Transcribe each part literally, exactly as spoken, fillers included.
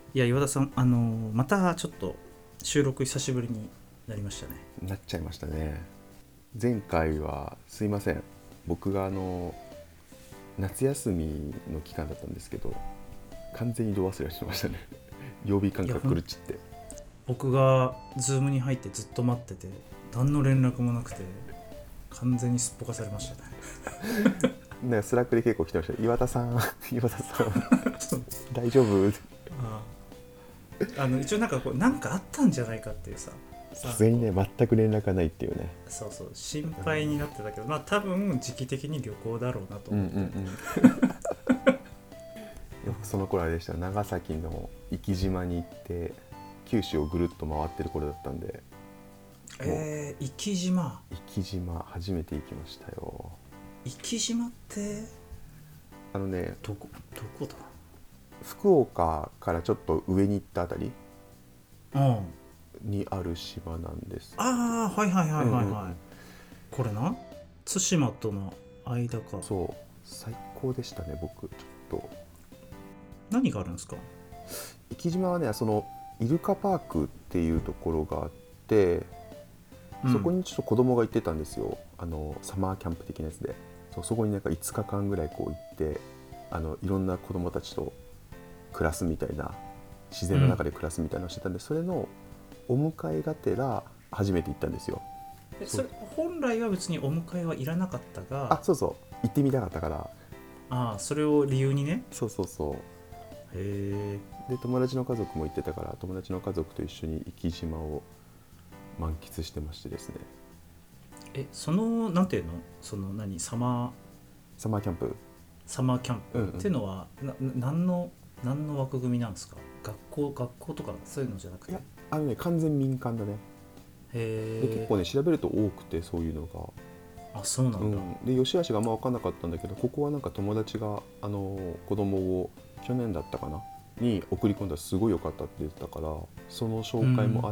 いや岩田さん、あのーまたちょっと収録久しぶりになりましたね。 なっちゃいましたね。前回はすいません、僕があの夏休みの期間だったんですけど完全に度忘れしてましたね。曜日感いやほん覚狂っちって僕がズームに入ってずっと待ってて何の連絡もなくて完全にすっぽかされましたね。 なんかスラックで結構来てました。岩田さん岩田さん大丈夫。 あああの一応なんかこうなんかあったんじゃないかっていうささすがにねこ全く連絡がないっていうね。 うそうそう心配になってたけど、まあ多分時期的に旅行だろうなとうんう思って、 んうん。よくその頃あれでした。長崎の壱岐島に行って九州をぐるっと回ってる頃だったんで、もうえー、生島壱岐島初めて行きましたよ。 生島ってあのね、 どこどこだ。 福岡からちょっと上に行ったあたりうんにある島なんですけああはいはいはど、うんうんうん、 いはいはい。これな対馬との間か。 そう最高でしたね。僕ちょっと何があるんですか。 壱岐島はね、そのイルカパークっていうところがあって、そこうんにちょっと子供が行ってたんですよ。あのサマーキャンプ的なやつで、そうそこになんかいつかかんぐらいこう行って、あのいろんな子供たちと暮らすみたいな、自然の中で暮らすみたいなのをしてたんで、それのお迎えがてら初めて行ったんですよ。そう、 えそれ本来は別にお迎えはいらなかったが、 あ、そうそう、行ってみたかったから。 ああそれを理由にね。 そうそうそう。 へえ。 で友達の家族も行ってたから、友達の家族と一緒に壱岐島を満喫してましてですね。 えそのなんていうの、その何サマーサマーキャンプ。 サマーキャンプっうんうん。 ていうのはなな何の何の枠組みなんですか。学校学校とかそういうのじゃなくて。へいや、あのね、完全民間だね。で結え。 構ね調べると多くて、そういうのが。 あそうなんだ。 うん、で良し悪しがあんま分かんなかったんだけど、ここはなんか友達があの子供を去年だったかなに送り込んだらすごい良かったって言ってたから、その紹介もあって、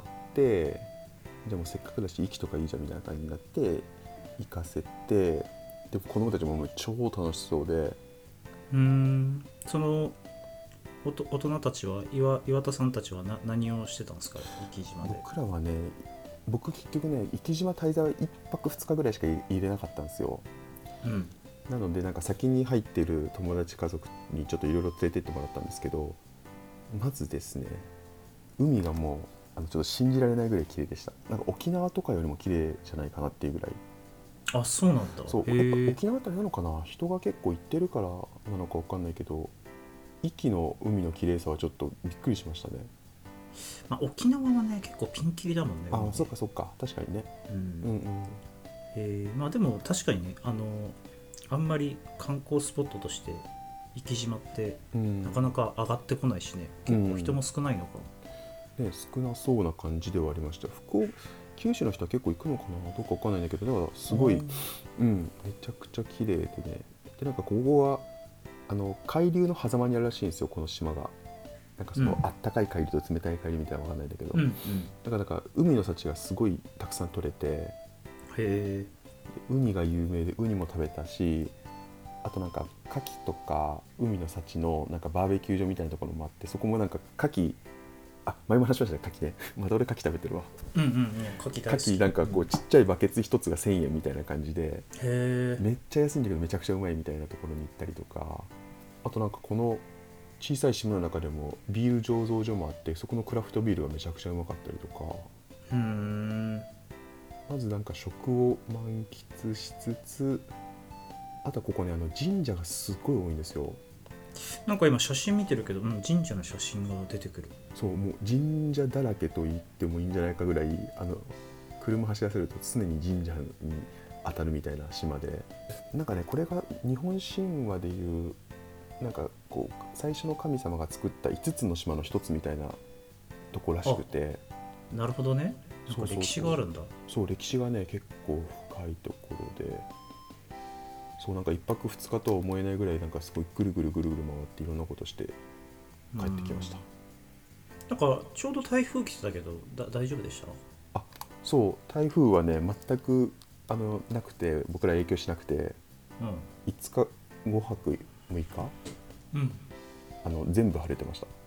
でもせっかくだし息とかいいじゃんみたいな感じになって行かせて、で子供たちももう超楽しそうで。 うーんそのおと大人たちは岩岩田さんたちはな何をしてたんですか、生島で。 僕らはね、僕結局ね壱岐島滞在はいっぱくふつかぐらいしか入れなかったんですよ。 うんなのでなんか先に入ってる友達家族にちょっといろいろ連れてってもらったんですけど、まずですね、海がもうあのちょっと信じられないぐらい綺麗でした。なんか沖縄とかよりも綺麗じゃないかなっていうぐらい。 あそうなんだ。 そうやっぱへえ。 沖縄あたりなのかな、人が結構行ってるからなのか分かんないけど、壱岐の海の綺麗さはちょっとびっくりしましたね。 まあ、沖縄はね結構ピンキリだもんねああ、そっ海ね。 かそっか、確かにね。 うんうんうん。 えー、まあでも確かにね、あのあんまり観光スポットとして生島ってうんなかなか上がってこないしね、結構人も少ないのか。 ね、少なそうな感じではありました。福岡九州の人は結構行くのかな、どうかわかんないんだけど、だからすごい、 うんうん、めちゃくちゃ綺麗でね。でなんかここはあの海流の狭間にあるらしいんですよ、この島が。なんかその、 うんあったかい海流と冷たい海流みたいなのわかんないんだけど、 うんうん。 だからなんか海の幸がすごいたくさん取れて、 へえ。 ウニが有名でウニも食べたし、あとなんか牡蠣とか海の幸のなんかバーベキュー場みたいなところもあって、そこもなんか牡蠣、あ、前も話しましたね、牡蠣ね。まだ俺牡蠣食べてるわ。 うんうんうん。牡蠣大好き。 牡蠣なんかこうん、 うちっちゃいバケツ一つがせんえんみたいな感じで、 へえ。 めっちゃ安いんだけどめちゃくちゃうまいみたいなところに行ったりとか、あとなんかこの小さい島の中でもビール醸造所もあって、そこのクラフトビールがめちゃくちゃうまかったりとか、 うーん。 まずなんか食を満喫しつつ、あとはここね、あの神社がすっごい多いんですよ。 なんか今写真見てるけど、うん、神社の写真が出てくる。 そう、もう神社だらけと言ってもいいんじゃないかぐらい、あの車走らせると常に神社に当たるみたいな島で、なんかね、これが日本神話でいうなんかこう最初の神様が作ったいつつの島の一つみたいなとこらしくて。 なるほどね。なんそうそうそう、 か歴史があるんだ。 そう歴史がね結構深いところで、そうなんかいっぱくふつかとは思えないぐらい、なんかすごいぐるぐるぐるぐる回っていろんなことして帰ってきました。 なんかちょうど台風来てたけどだ大丈夫でした。 あ、そう台風はね全くあのなくて、僕ら影響しなくて、いつかごはくむいかうんうん。 あの全部晴れてました。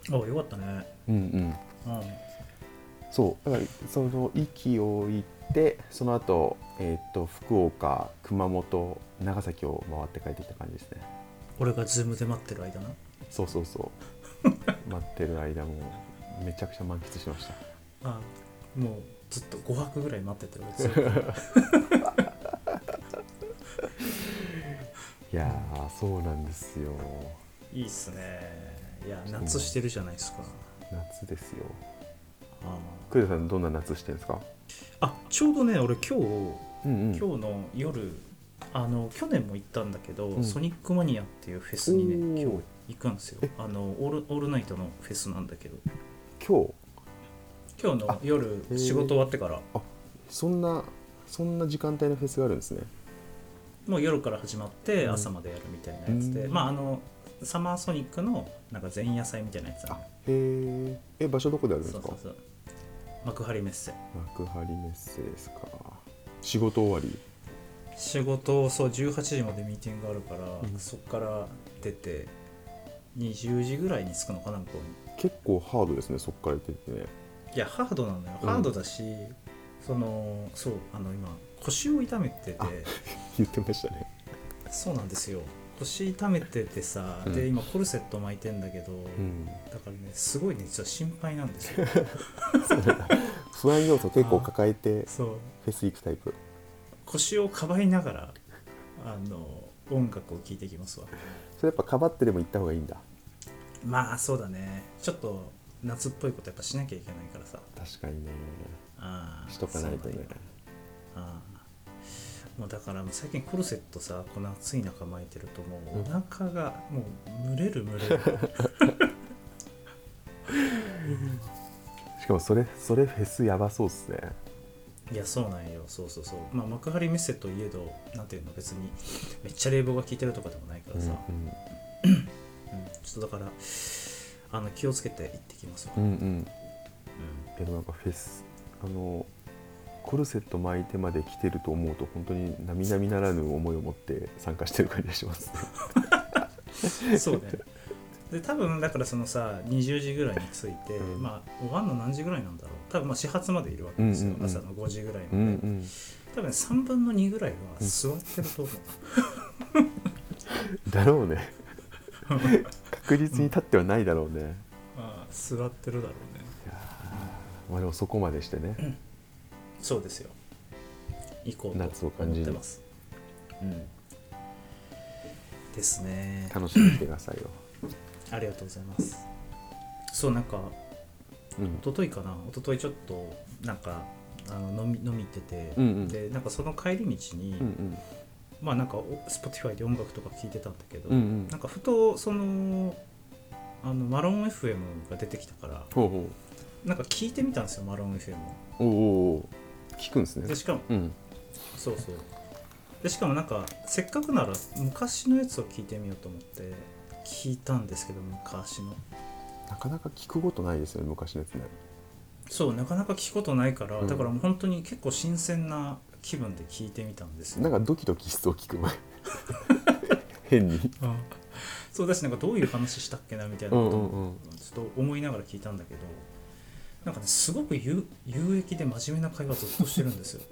あよかったね。 うんうん。 うんそうだからその壱岐を行ってその後、えー、と福岡熊本長崎を回って帰ってきた感じですね。 俺がズームで待ってる間な。 そうそうそう待ってる間もめちゃくちゃ満喫しました。 あもうずっとごはくぐらい待ってたよ俺ずっといやーそうなんですよ。 いいっすね。いや夏してるじゃないですか。 夏ですよ。 あクレさんどんな夏してるんですか？ あちょうどね俺今日、 うんうん、 今日の夜あの去年も行ったんだけど、 うん、 ソニックマニアっていうフェスにねおー今日行くんですよ。あのオール、オールナイトのフェスなんだけど今日今日の夜仕事終わってからあそんなそんな時間帯のフェスがあるんですね。 もう夜から始まって朝までやるみたいなやつで、 うん、 まああのサマーソニックのなんか前夜祭みたいなやつだね。 へえ場所どこであるんですか？ そうそうそう幕張メッセ。 幕張メッセですか。仕事終わり？ 仕事そうじゅうはちじまでミーティングがあるから、 うん、 そっから出てにじゅうじぐらいに着くのかな向こうに。 結構ハードですねそっから出てね。 いやハードなのよ、うん、ハードだしそのそうあの今腰を痛めてて言ってましたね。 そうなんですよ腰痛めててさ、うん、で今コルセット巻いてんだけど、うん、だからねすごいね実は心配なんですよ不安要素結構抱えてそうフェス行くタイプ。 腰をかばいながらあの音楽を聴いていきますわ。 それやっぱかばってでも行った方がいいんだ。 まあそうだねちょっと夏っぽいことやっぱしなきゃいけないからさ。 確かにねあしとかないとね。 あもうだからもう最近コルセットさこの暑い中巻いてるともうお腹がもう蒸れる蒸れるしかもそれそれフェスやばそうっすね。 いやそうなんよそうそうそうまあ幕張メッセといえどなんていうの別にめっちゃ冷房が効いてるとかでもないからさ、うんうんうん、ちょっとだからあの気をつけて行ってきますわ。 うんうん、うん、えでもなんかフェスあのコルセット巻いてまで来てると思うと本当に並々ならぬ思いを持って参加してる感じがしますそうねで多分だからそのさにじゅうじぐらいに着いて、うん、まあ終わんの何時ぐらいなんだろう多分まあ始発までいるわけですよ、うんうんうん、朝のごじぐらいまで、うんうん、多分さんぶんのにぐらいは座ってると思う、 うん、だろうね確実に立ってはないだろうね、うん、 ああ座ってるだろうね。 いや、まあ、でもそこまでしてね、うん、 そうですよ行こうと思ってます。うん、ですね。 楽しみにしてくださいよありがとうございます。そうなんか、うん、一昨日かな一昨日ちょっとなんかあの飲み飲み行ってて、うんうん、でなんかその帰り道に、うんうん、まあなんか Spotify で音楽とか聴いてたんだけど、うんうん、なんかふとそのあのマロン エフエム が出てきたからほうほうなんか聞いてみたんですよマロン エフエム を。 おお聞くんですね。 でしかも、 うん、 そうそうでしかもなんかせっかくなら昔のやつを聞いてみようと思って聞いたんですけど昔のなかなか聞くことないですよね昔のやつね。 そうなかなか聞くことないから、うん、だからもう本当に結構新鮮な気分で聞いてみたんですよ。 なんかドキドキしそう聞く前変にああそうだしなんかどういう話したっけなみたいなことをちょっと思いながら聞いたんだけど、なんかねすごく有益で真面目な会話ずっとしてるんですよ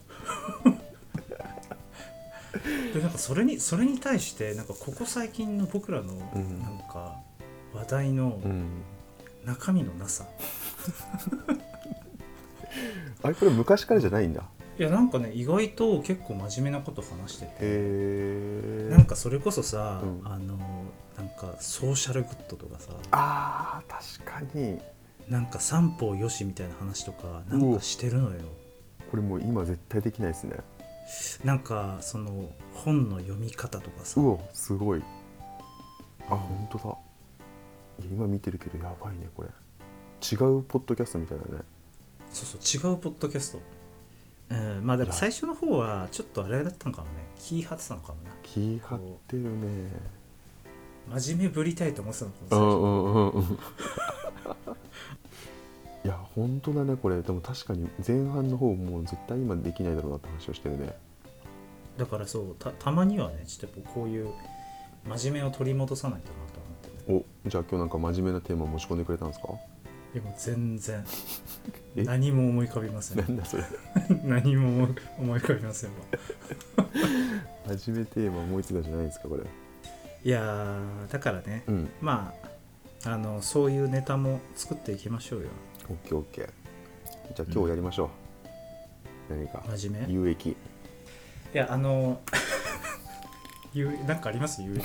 でなんかそれにそれに対してなんかここ最近の僕らのなんか話題の中身のなさ、 うん、あれこれ昔からじゃないんだ。 いやなんかね意外と結構真面目なこと話してて、 へなんかそれこそさ、うん、あのなんかソーシャルグッドとかさあー確かになんか三方よしみたいな話とかなんかしてるのよ。 これもう今絶対できないですね。 なんかその本の読み方とかさうわすごいあ本当だいや今見てるけどやばいねこれ違うポッドキャストみたいだね。 そうそう違うポッドキャスト、うん、まあでも最初の方はちょっとあれだったのかもね気張ってたのかもな気張ってるね真面目ぶりたいと思ってたのかもしれない。うんうんうんいや本当だねこれでも確かに前半の方もう絶対今できないだろうなって話をしてるね。 だからそう た, たまにはねちょっとこういう真面目を取り戻さないとなと思ってね。 お、じゃあ今日なんか真面目なテーマ持ち込んでくれたんですか？ いやもう全然何も思い浮かびません。 なんだそれ何も思い浮かびませんわ真面目テーマ思いついたじゃないですかこれ。 いやだからね、うん、まああのそういうネタも作っていきましょうよ。 オッケーオッケー。じゃあ今日やりましょう、うん、何か真面目有益。いやあの有なんかあります有益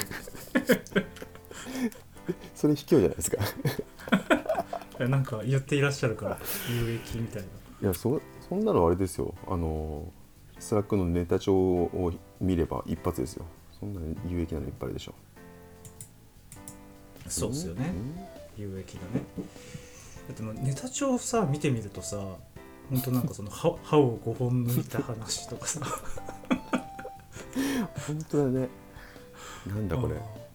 それ卑怯じゃないですかいやなんか言っていらっしゃるから有益みたいな。 いや そ, そんなのあれですよ、あのスラックのネタ帳を見れば一発ですよ。そんな有益なのいっぱいでしょ。 そうっすよね、うん、有益なね。だってもネタ帳さ見てみるとさ、ほんとなんかその 歯, 歯をごほん抜いた話とかさ本当だね。なんだこれ。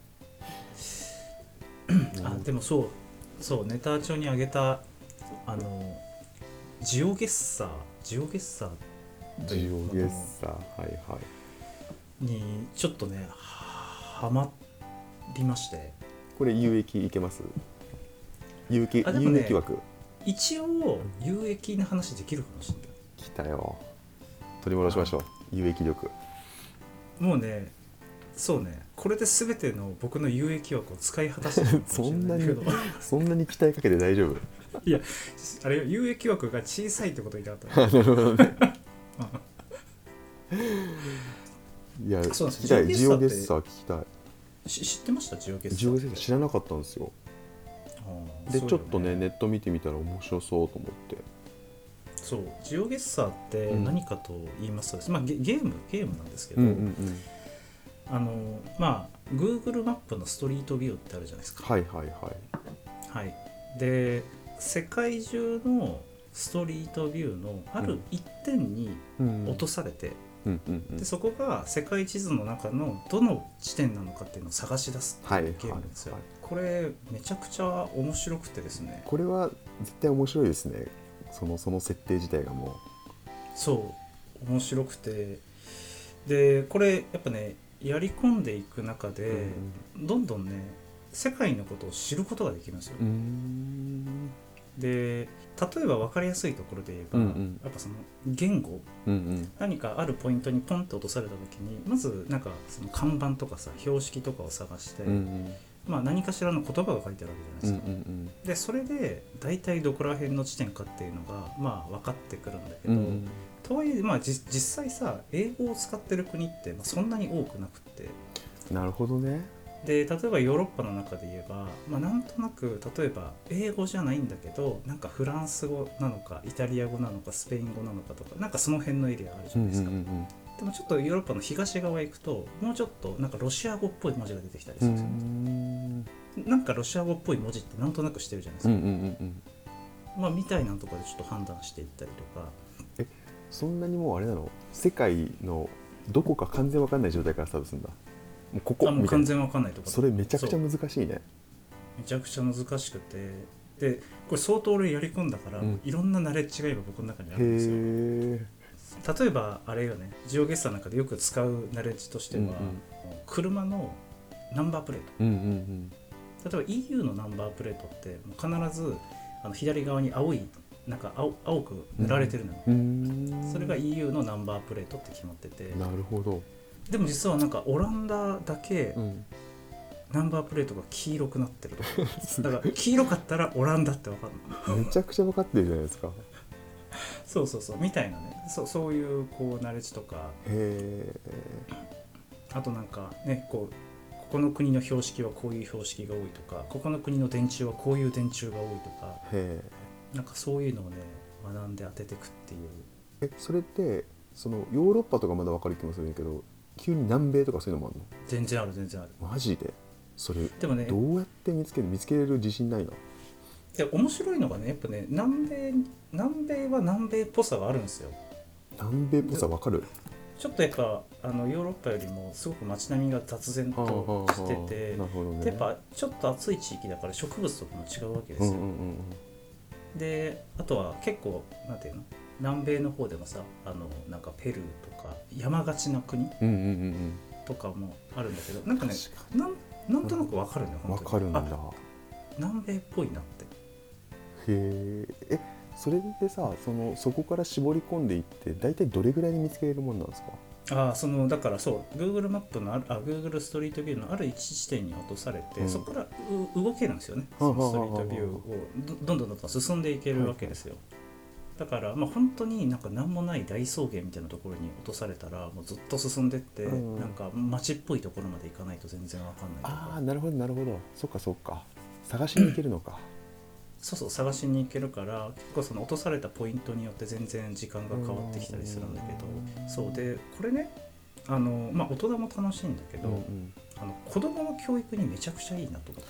あでもそうそうネタ帳にあげたあのジオゲッサージオゲッサージオゲッサーはいはいにちょっとねハマりまして。 これ有益いけます？有益、ね、有益枠一応有益な話できるかもしれない。 来たよ、取り戻しましょう有益力。 もうねそうねこれで全ての僕の有益枠を使い果たしてるかもしれないけどそんなに期待かけて大丈夫？ いやあれ有益枠が小さいってこと言いたかった。 なるほどねいやそう聞きたい。ジオゲッサー聞きたい。 知ってました？ジオゲッサー。 ジオゲッサー知らなかったんですよ。で、ね、ちょっとねネット見てみたら面白そうと思って。 そうジオゲッサーって何かと言いますとですね、うんまあ、ゲ, ゲームゲームなんですけど、うんうんうん、あのまあ Google マップのストリートビューってあるじゃないですか。 はいはいはいはいで世界中のストリートビューのある一点に落とされて、うんうんうん、でそこが世界地図の中のどの地点なのかっていうのを探し出すっていうゲームなんですよ、はいはいはい、これめちゃくちゃ面白くてですね。 これは絶対面白いですね。その、その設定自体がもうそう面白くて、でこれやっぱねやり込んでいく中で、うん、どんどんね世界のことを知ることができるんですよ。うーんで例えば分かりやすいところで言えば、うんうん、やっぱその言語、うんうん、何かあるポイントにポンと落とされた時にまずなんかその看板とかさ標識とかを探して、うんうんまあ、何かしらの言葉が書いてあるわけじゃないですか、うんうんうん、でそれで大体どこら辺の地点かっていうのがまあ分かってくるんだけど、うんうん、とはいえ、まあ、実際さ英語を使ってる国ってまあそんなに多くなくって。 なるほどね。 で例えばヨーロッパの中で言えば、まあ、なんとなく例えば英語じゃないんだけどなんかフランス語なのかイタリア語なのかスペイン語なのかとかなんかその辺のエリアあるじゃないですか、うんうんうん、でもちょっとヨーロッパの東側へ行くともうちょっとなんかロシア語っぽい文字が出てきたりするんですよ、ね、うんなんかロシア語っぽい文字ってなんとなくしてるじゃないですか、うんうんうんうんまあ、みたいなところでちょっと判断していったりとか。 えそんなにもうあれなの？世界のどこか完全わかんない状態からスタートするんだ。もうここあもう完全わかんないところ。 それめちゃくちゃ難しいね。 めちゃくちゃ難しくてでこれ相当俺やり込んだから、うん、いろんなナレッジが今僕の中にあるんですよ。例えばあれよねジオゲッサーなんかでよく使うナレッジとしては、うんうん、車のナンバープレート、うんうんうん、例えば イーユー のナンバープレートってもう必ずあの左側に青いなんか 青, 青く塗られてるのよ、うん、それが イーユー のナンバープレートって決まってて。 なるほど。 でも実はなんかオランダだけ、うん、ナンバープレートが黄色くなってるとだから黄色かったらオランダって分かるのめちゃくちゃ分かってるじゃないですかそうそうそうみたいなね そ, そういうこうナレッジとかへあとなんかねこうここの国の標識はこういう標識が多いとかここの国の電柱はこういう電柱が多いとかへなんかそういうのをね学んで当てていくっていう。 えそれってそのヨーロッパとかまだ分かる気もするけど急に南米とかそういうのもあるの？ 全然ある全然ある。 マジで？それでもねどうやって見つける見つけれる自信ないな。 いや面白いのがねやっぱね南米南米は南米っぽさがあるんですよ。 南米っぽさ分かる？ ちょっとやっぱあのヨーロッパよりもすごく街並みが雑然としてて、はあはあね、やっぱちょっと暑い地域だから植物とかも違うわけですよ、うんうんうん、であとは結構なんていうの南米の方でもさあのなんかペルーとか山がちな国、うんうんうんうん、とかもあるんだけどなんかねなんなんとなくわかるねわかるんだ。 南米っぽいなって。 へえ。えそれでさ、そのそこから絞り込んでいって大体どれぐらいに見つけれるもんなんですか？ あそのだからそう Google マップのあるあ Google ストリートビューのある一地点に落とされて、うん、そこから動けるんですよね。そのストリートビューをどんどんどんどん進んでいけるわけですよ。だからまあ本当になんか何もない大草原みたいなところに落とされたらもうずっと進んでって、うん、なんか街っぽいところまで行かないと全然わかんないとか。 ああなるほどなるほど。そっかそっか。探しに行けるのか。 そうそう探しに行けるから結構その落とされたポイントによって全然時間が変わってきたりするんだけど、そうでこれねあの、まあ、大人も楽しいんだけど、うんうん、あの子供の教育にめちゃくちゃいいなと思って。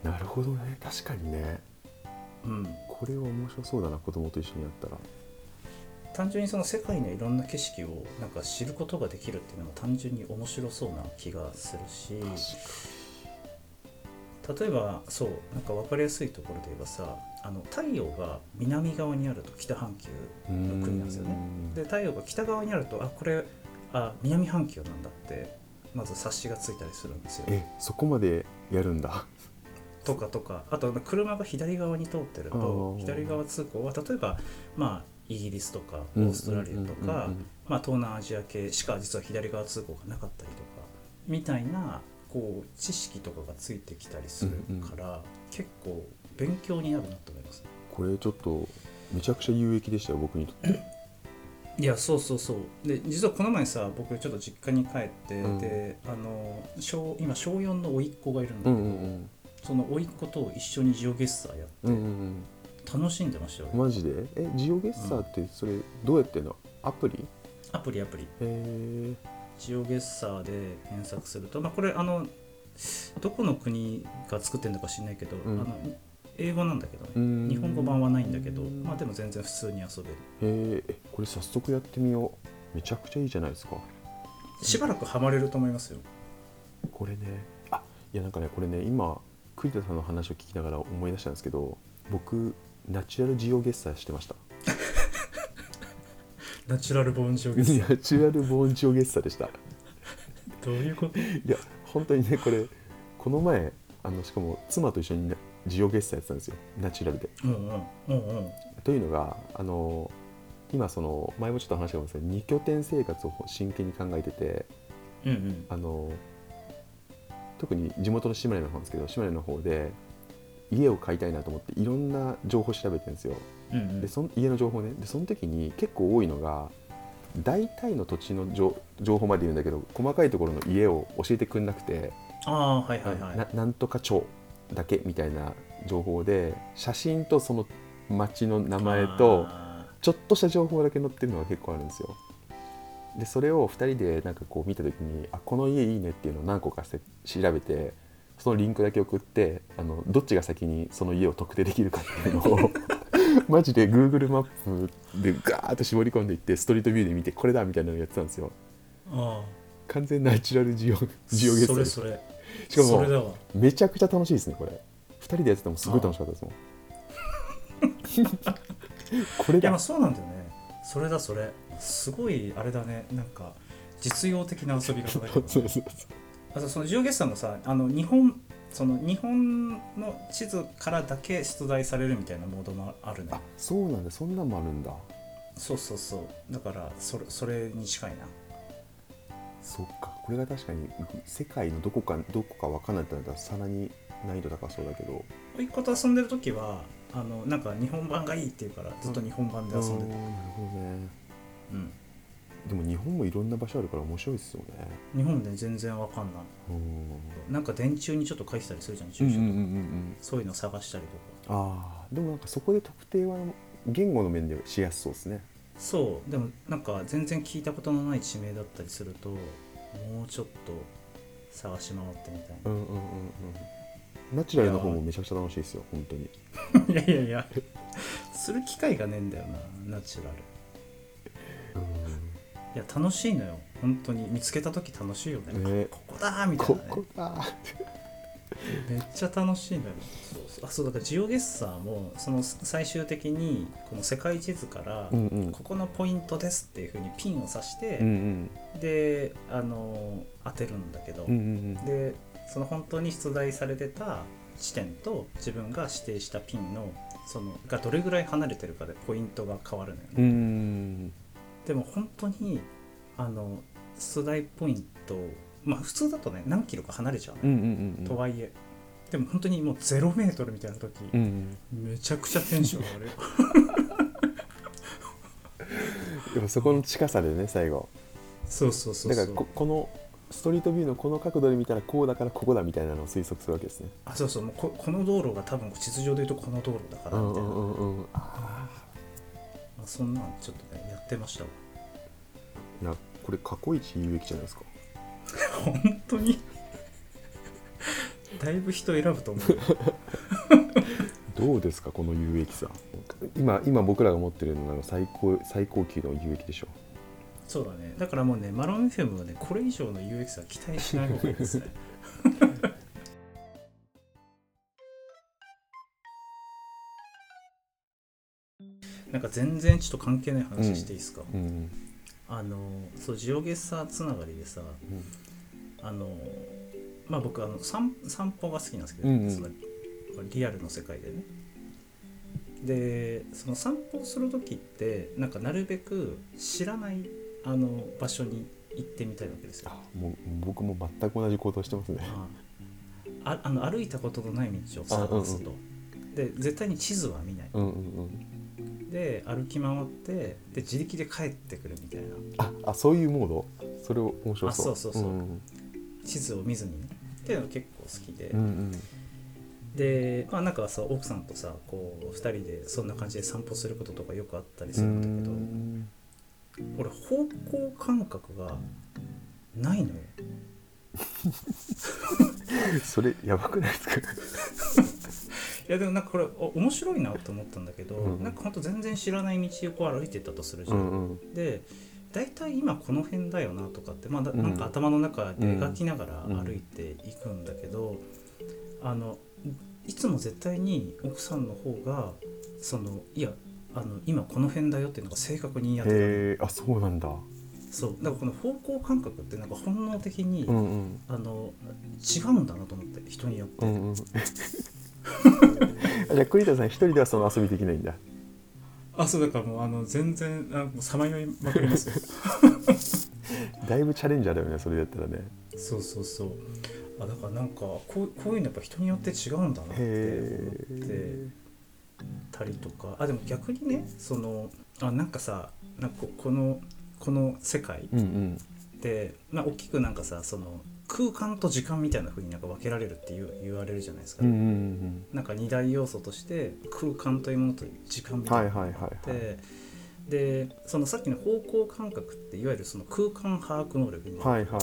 なるほどね。確かにね、うん、これは面白そうだな。子供と一緒にやったら単純にその世界のいろんな景色をなんか知ることができるっていうのも単純に面白そうな気がするし、例えばそうなんか分かりやすいところで言えばさ、あの太陽が南側にあると北半球の国なんですよね。で太陽が北側にあるとあこれあ南半球なんだってまず察しがついたりするんですよ。 えそこまでやるんだとかとかあと車が左側に通ってると左側通行は例えばまあイギリスとかオーストラリアとか、まあ、東南アジア系しか実は左側通行がなかったりとかみたいなこう知識とかがついてきたりするから、うんうん、結構勉強になるなと思います。 これちょっとめちゃくちゃ有益でしたよ僕にとっていやそうそうそうで実はこの前さ僕ちょっと実家に帰って、うん、であの小今小よんの甥っ子がいるんだけど、うんうんうん、その甥っ子と一緒にジオゲッサーやって、うんうんうん、楽しんでましたよ。 マジで？えジオゲッサーってそれどうやってんの？アプリ？ アプリアプリ。 へー。 ジオゲッサーで検索すると、まあ、これあのどこの国が作ってるのか知らないけど、うん、あの英語なんだけどね、日本語版はないんだけど、まあ、でも全然普通に遊べる。へえ、これ早速やってみよう。めちゃくちゃいいじゃないですか。 しばらくハマれると思いますよこれね。あいやなんかねこれね今栗田さんの話を聞きながら思い出したんですけど、僕ナチュラルジオゲッサーしてましたナチュラルボーンジオゲッサーナチュラルボーンジオゲッサーでした。 どういうこと？いや本当にねこれこの前あのしかも妻と一緒にジオゲッサーやってたんですよ、ナチュラルで、うんうんうんうん、というのがあの今その前もちょっと話したかもしれないに拠点生活を真剣に考えてて、うんうん、あの特に地元の島根の方なんですけど島根の方で家を買いたいなと思っていろんな情報を調べてるんですよ、うんうん、でその家の情報ね。でその時に結構多いのが大体の土地の情報まで言うんだけど細かいところの家を教えてくれなくて、 あ、はいはいはい、 な, なんとか町だけみたいな情報で写真とその町の名前とちょっとした情報だけ載ってるのが結構あるんですよ。でそれをふたりでなんかこう見た時にあこの家いいねっていうのを何個かして調べてそのリンクだけ送ってあのどっちが先にその家を特定できるかっていうのをマジで Google マップでガーッと絞り込んでいってストリートビューで見てこれだみたいなのをやってたんですよ。あ完全ナチュラルジオジオゲッサーです。それそれしかもそれだわめちゃくちゃ楽しいですねこれ。ふたりでやっててもすごい楽しかったですもんこれだ。 いやそうなんだよね。それだそれすごいあれだね、なんか実用的な遊び方だけど、ね、そうそうそう。あとそのジオゲッサーもさあの日本その日本の地図からだけ出題されるみたいなモードもあるね。 あそうなんだ。そんなんもあるんだ。 そうそうそうだからそれ、それに近いな。 そっかこれが確かに世界のどこかどこか分かんないってなったらさらに難易度高そうだけど、 甥っ子と遊んでる時はあのなんか日本版がいいって言うからずっと日本版で遊んでる。なるほどね。うんでも日本もいろんな場所あるから面白いですよね。 日本で全然わかんない。なんか電柱にちょっと書いてたりするじゃん、住所とか、うんうんうんうん、そういうの探したりとか。 ああでもなんかそこで特定は言語の面でしやすそうですね。 そうでもなんか全然聞いたことのない地名だったりするともうちょっと探し回ってみたいな。うんうんうんうん。 ナチュラルの方もめちゃくちゃ楽しいですよ本当に。 いやいやいやする機会がねえんだよなナチュラル。いや楽しいのよ本当に。見つけた時楽しいよね、ねここだみたいなね。ここだめっちゃ楽しいのよ。そうそうあそうだからジオゲッサーもその最終的にこの世界地図から、うんうん、ここのポイントですっていう風にピンを刺して、うんうん、であの当てるんだけど、うんうんうん、でその本当に出題されてた地点と自分が指定したピンのそのがどれぐらい離れてるかでポイントが変わるのよね。 うーんでも本当にあの出題ポイント、まあ普通だとね何キロか離れちゃうのよ、 うんうんうんうん、 とはいえでも本当にもうゼロメートルみたいな時、 うんうん、 めちゃくちゃテンション上がるよでもそこの近さでね最後そうそうそうそう、 だから こ, このストリートビューのこの角度で見たらこうだからここだみたいなのを推測するわけですね。 あそうそうもう こ, この道路が多分地図上でいうとこの道路だからみたいな、うんうんうんうん、ああそんなんちょっとねやってましたわ。 いやこれ過去一有益じゃないですか本当にだいぶ人選ぶと思うどうですかこの有益さ。今今僕らが持ってるのが最高最高級の有益でしょ。 そうだね。だからもうねマロン エフエム はねこれ以上の有益さは期待しない方がいいですねなんか全然ちょっと関係ない話していいですか、うんうん、あのそうジオゲッサーつながりでさ、うん、あのまあ僕あの 散, 散歩が好きなんですけど、うんうん、そのリアルの世界でね。でその散歩する時ってなんかなるべく知らないあの場所に行ってみたいわけですよ。 あもう僕も全く同じ行動してますね。 あああの歩いたことのない道を探すと、うんうん、で絶対に地図は見ない、うんうんうん、で歩き回ってで自力で帰ってくるみたいな。 ああそういうモードそれ面白そう。あそうそうそう、うんうん、地図を見ずにねっていうのが結構好きで、うんうん、でまあなんかさ奥さんとさこうふたりでそんな感じで散歩することとかよくあったりするんだけど、俺方向感覚がないのよそれやばくないですかいやでもなんかこれ面白いなと思ったんだけど、うん、なんかほんと全然知らない道をこう歩いてったとするじゃん、うんうん、でだいたい今この辺だよなとかって、まあ、なんか頭の中で描きながら歩いていくんだけど、うん、あのいつも絶対に奥さんの方がそのいやあの今この辺だよっていうのが正確にやってた。 へー、あそうなんだ。そうだからこの方向感覚ってなんか本能的に、うんうん、あの違うんだなと思って人によって、うんうん、じゃあ栗田さん一人ではその遊びできないんだ。 あそうだからもうあの全然さまよいまくりますよだいぶチャレンジャーだよねそれだったらね。 そうそうそう。あだからなんかこう、こういうのやっぱ人によって違うんだなって思ってたりとか。あでも逆にねそのあなんかさなんかこのこの世界で、うんうんまあ、大きくなんかさその空間と時間みたいな風になんか分けられるって言う言われるじゃないですか、うんうんうん、なんか二大要素として空間というものと時間みたいなのがあって、はいはいはいはい、でそのさっきの方向感覚っていわゆるその空間把握能力みたいな、はいはいはい、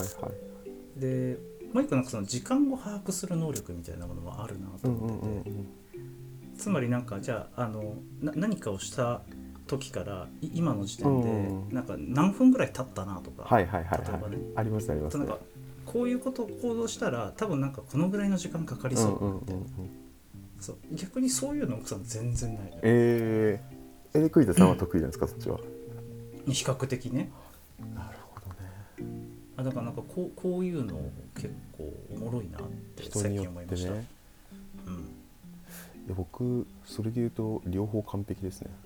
でもう一個なんかその時間を把握する能力みたいなものもあるなと思ってて、うんうんうん、つまりなんかじゃあ、あのな何かをした時から今の時点でなんか何分ぐらい経ったなとか、 はいはいはいはい、例えばねありますありますね。 なんかこういうことを行動したら多分なんかこのぐらいの時間かかりそうだなみたいな、うんうんうん、そう逆にそういうの奥さん全然ないのよ。 えー、え栗田さんは得意なんですか、うん、そっちは。 比較的ね。 なるほどね。 あだからなんかこう、こういうの結構おもろいなって最近思いました。人によってね、うん、いや僕それで言うと両方完璧ですね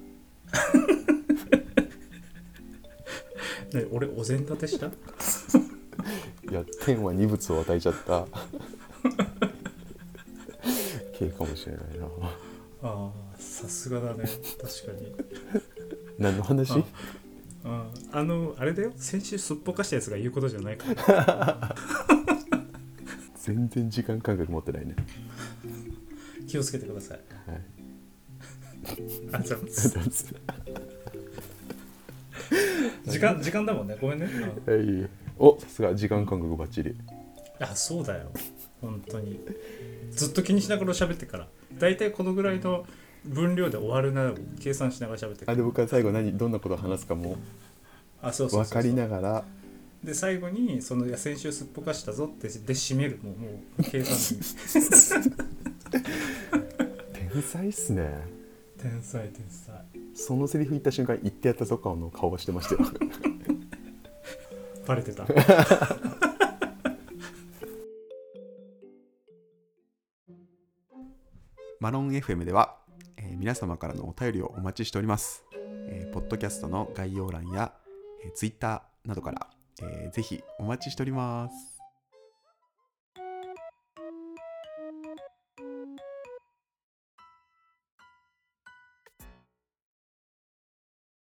ね、俺お膳立てしたいや天は二物を与えちゃった系かもしれないな。 ああさすがだね確かに何の話？ああ、あのあれだよ先週すっぽかしたやつが言うことじゃないから全然時間感覚持ってないね。 気をつけてください。はいありがとうございます時間時間だもんねごめんね。 えいいおさすが時間感覚バッチリ。 あそうだよ本当にずっと気にしながら喋ってからだいたいこのぐらいの分量で終わるな計算しながら喋ってから。 あで僕は最後何どんなことを話すかも分かりながらで最後にその先週すっぽかしたぞってで締めるもうもう計算天才っすね。 天才天才。 そのセリフ言った瞬間言ってやったぞ顔の顔をしてましたよバレてたマロン エフエム では、えー、皆様からのお便りをお待ちしております。えー、ポッドキャストの概要欄や、えー、Twitter などから、えー、ぜひお待ちしております。